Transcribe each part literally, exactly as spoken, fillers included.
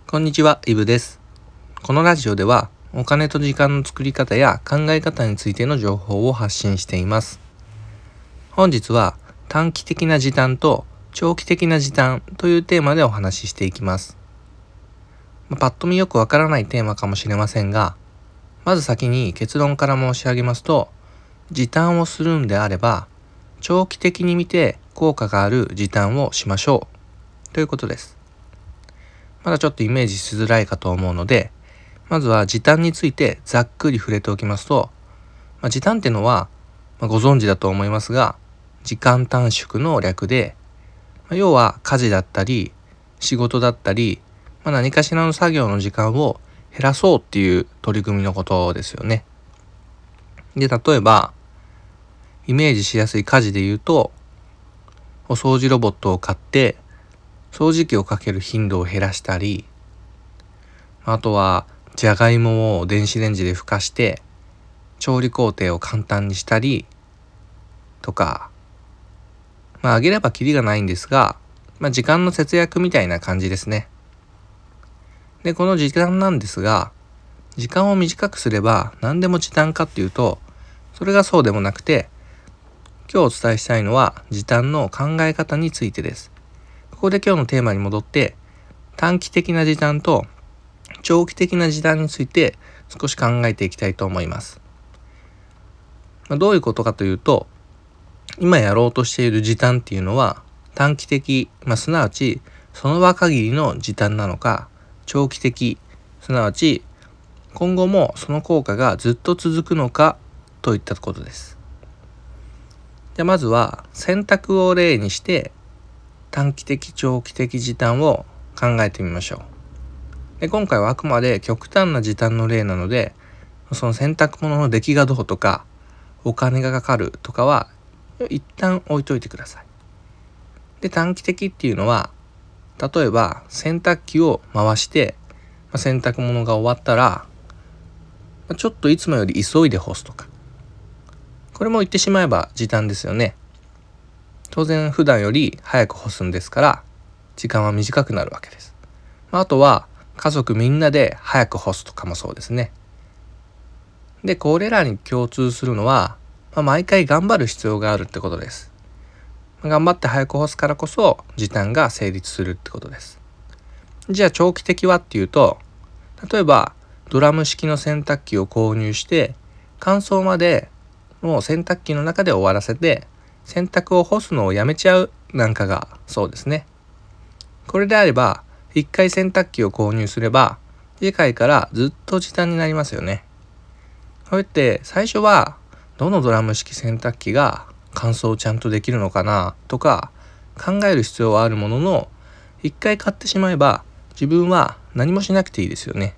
こんにちは、イブです。このラジオではお金と時間の作り方や考え方についての情報を発信しています。本日は短期的な時短と長期的な時短というテーマでお話ししていきます。まあ、パッと見よくわからないテーマかもしれませんが、まず先に結論から申し上げますと、時短をするんであれば長期的に見て効果がある時短をしましょうということです。まだちょっとイメージしづらいかと思うので、まずは時短についてざっくり触れておきますと、まあ、時短っていうのは、まあ、ご存知だと思いますが、時間短縮の略で、まあ、要は家事だったり仕事だったり、まあ、何かしらの作業の時間を減らそうっていう取り組みのことですよね。で、例えばイメージしやすい家事で言うと、お掃除ロボットを買って掃除機をかける頻度を減らしたり、あとはじゃがいもを電子レンジでふかして調理工程を簡単にしたりとか、まああげればキリがないんですが、まあ、時間の節約みたいな感じですね。で、この時間なんですが、時間を短くすれば何でも時短かっていうと、それがそうでもなくて、今日お伝えしたいのは時短の考え方についてです。ここで今日のテーマに戻って、短期的な時短と長期的な時短について少し考えていきたいと思います。まあ、どういうことかというと、今やろうとしている時短っていうのは短期的、まあ、すなわちその場限りの時短なのか、長期的、すなわち今後もその効果がずっと続くのかといったことです。じゃあまずは選択を例にして短期的長期的時短を考えてみましょう。で、今回はあくまで極端な時短の例なので、その洗濯物の出来がどうとかお金がかかるとかは一旦置いといてください。で、短期的っていうのは、例えば洗濯機を回して洗濯物が終わったらちょっといつもより急いで干すとか、これも言ってしまえば時短ですよね。当然普段より早く干すんですから時間は短くなるわけです。あとは家族みんなで早く干すとかもそうですね。で、これらに共通するのは、まあ、毎回頑張る必要があるってことです。頑張って早く干すからこそ時短が成立するってことです。じゃあ長期的はっていうと、例えばドラム式の洗濯機を購入して乾燥までもう洗濯機の中で終わらせて洗濯を干すのをやめちゃうなんかがそうですね。これであれば一回洗濯機を購入すれば次回からずっと時短になりますよね。こうやって最初はどのドラム式洗濯機が乾燥をちゃんとできるのかなとか考える必要はあるものの、一回買ってしまえば自分は何もしなくていいですよね。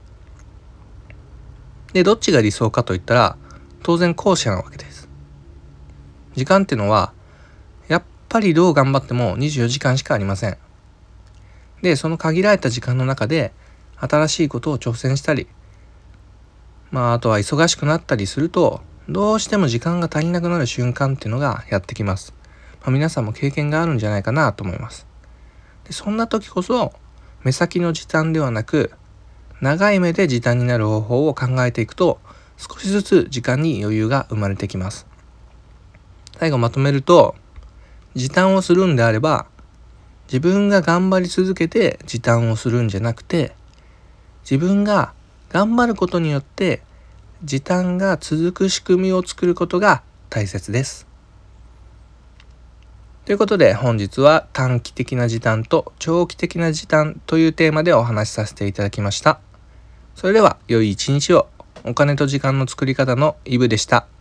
で、どっちが理想かといったら当然後者なわけです。時間っていうのはやっぱりどう頑張ってもにじゅうよじかんしかありません。で、その限られた時間の中で新しいことを挑戦したり、まああとは忙しくなったりすると、どうしても時間が足りなくなる瞬間っていうのがやってきます。まあ、皆さんも経験があるんじゃないかなと思います。で、そんな時こそ目先の時短ではなく、長い目で時短になる方法を考えていくと、少しずつ時間に余裕が生まれてきます。最後まとめると、時短をするんであれば、自分が頑張り続けて時短をするんじゃなくて、自分が頑張ることによって時短が続く仕組みを作ることが大切です。ということで本日は短期的な時短と長期的な時短というテーマでお話しさせていただきました。それでは良い一日を。お金と時間の作り方のイブでした。